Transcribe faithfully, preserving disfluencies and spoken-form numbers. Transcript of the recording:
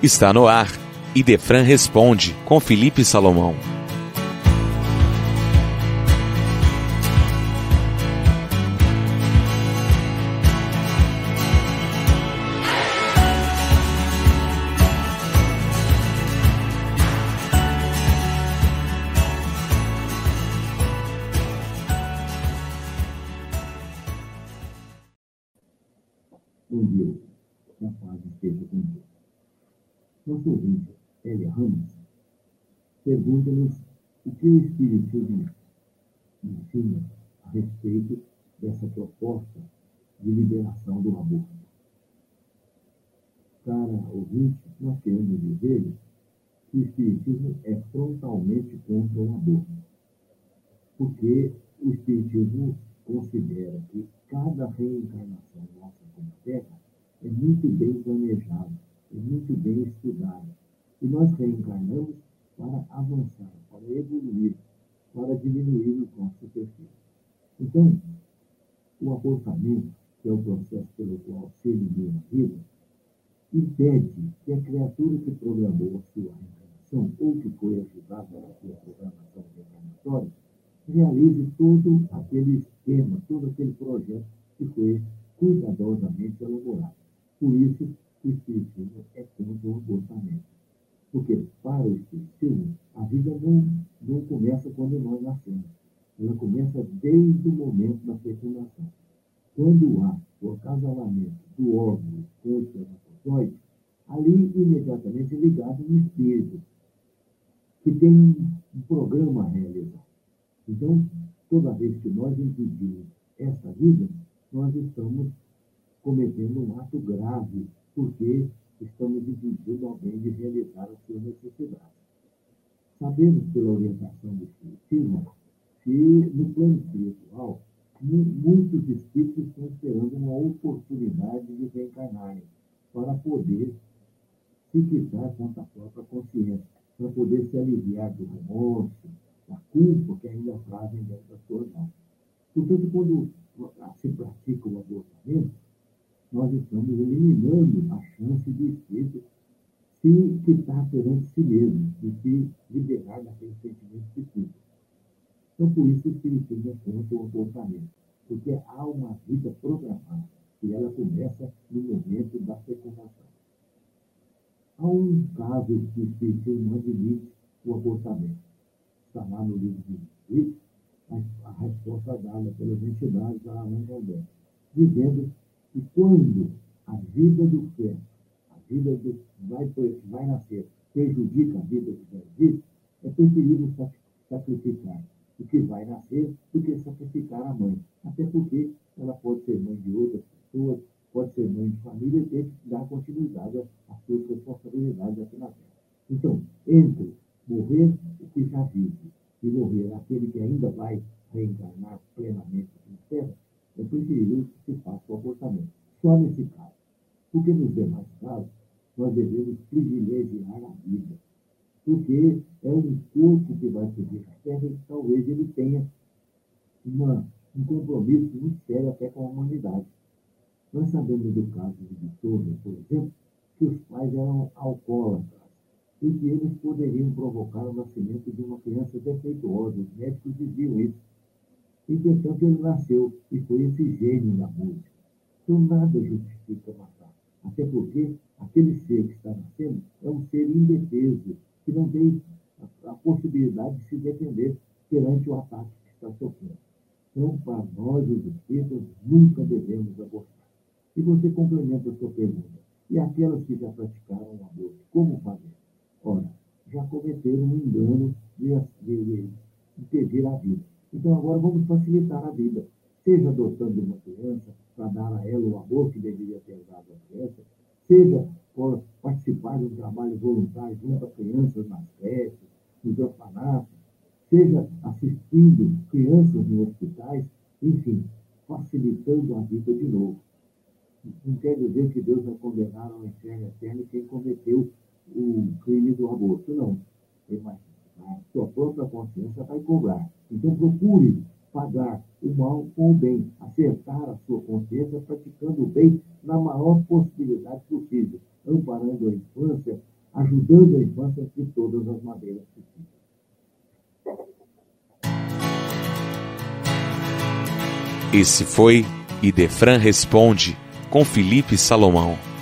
Está no ar. Idefran Responde, com Felipe Salomão. Bom dia, que a paz esteja com Deus. Nosso ouvinte, Elia Ramos, pergunta-nos o que o Espiritismo ensina a respeito dessa proposta de liberação do aborto. Cara ouvinte, nós queremos dizer que o Espiritismo é frontalmente contra o aborto, porque o Espiritismo considera que cada reencarnação nossa como Terra é muito bem planejada, é muito bem estudada. E nós reencarnamos para avançar, para evoluir, para diminuir o nosso perfil. Então, o abortamento, que é o processo pelo qual se elimina a vida, impede que a criatura que programou a sua reencarnação, ou que foi ajudada na sua programação reencarnatória, realize todo aquele esquema, todo aquele projeto que foi cuidadosamente elaborado. Por isso, o Espiritismo é contra o abortamento. Porque, para o Espiritismo, a vida não, não começa quando nós nascemos. Ela começa desde o momento da fecundação. Quando há o acasalamento do óvulo com o espermatozoide, ali imediatamente é ligado no espírito, que tem um programa a realizar. Então, toda vez que nós impedimos essa vida, nós estamos cometendo um ato grave, porque estamos impedindo alguém de realizar as suas necessidades. Sabemos, pela orientação do Espiritismo, que no plano espiritual, muitos espíritos estão esperando uma oportunidade de reencarnarem para poder se quitar contra a própria consciência, para poder se aliviar do remorso, da culpa que ainda trazem dentro das suas almas. Portanto, quando se pratica o abortamento, nós estamos eliminando a chance do espírito se quitar perante si mesmo, de se liberar daquele sentimento de culpa. Então, por isso, o espiritismo é contra o abortamento, porque há uma vida programada, e ela começa no momento da fecundação. Há um caso que o espiritismo não admite o abortamento. Está lá no livro de Espírito, a, a resposta dada pelas entidades da Allan Kardec, dizendo que quando a vida do feto, a vida do vai, vai nascer, prejudica a vida do já existe, é preferível sacrificar o que vai nascer do que sacrificar a mãe. Até porque ela pode ser mãe de outras pessoas, pode ser mãe de família e ter que dar continuidade às suas responsabilidades aqui na Terra. Então, entre morrer o que já vive e morrer aquele que ainda vai reencarnar plenamente na Terra, é preferível que se faça o abortamento. Só nesse caso. Porque nos demais casos, nós devemos privilegiar a vida. Porque é um corpo que vai subir à Terra e talvez ele tenha uma, um compromisso muito sério até com a humanidade. Nós sabemos do caso de Vitória, por exemplo, que os pais eram alcoólatras e que eles poderiam provocar o nascimento de uma criança defeituosa. Os médicos diziam isso. E, portanto, ele nasceu e foi esse gênio da música. Então, nada justifica matar. Até porque aquele ser que está nascendo é um ser indefeso, que não tem a, a possibilidade de se defender perante o ataque que está sofrendo. Então, para nós, os espíritos, nunca devemos abortar. E você complementa a sua pergunta. E aquelas que já praticaram o aborto, como fazer? Ora, já cometeram um engano de, de, de impedir a vida. Então, agora vamos facilitar a vida. Seja adotando uma criança para dar a ela o amor que deveria ter dado à criança, seja por participar de um trabalho voluntário junto a crianças nas creches, nos orfanatos, seja assistindo crianças em hospitais, enfim, facilitando a vida de novo. Não quer dizer que Deus vai condenar ao inferno eterno quem cometeu o crime do aborto, não. Mas a sua própria consciência vai cobrar. Então, procure pagar o mal com o bem, acertar a sua consciência praticando o bem na maior possibilidade possível, amparando a infância, ajudando a infância de todas as maneiras possíveis. Esse foi Idefran Responde, com Felipe Salomão.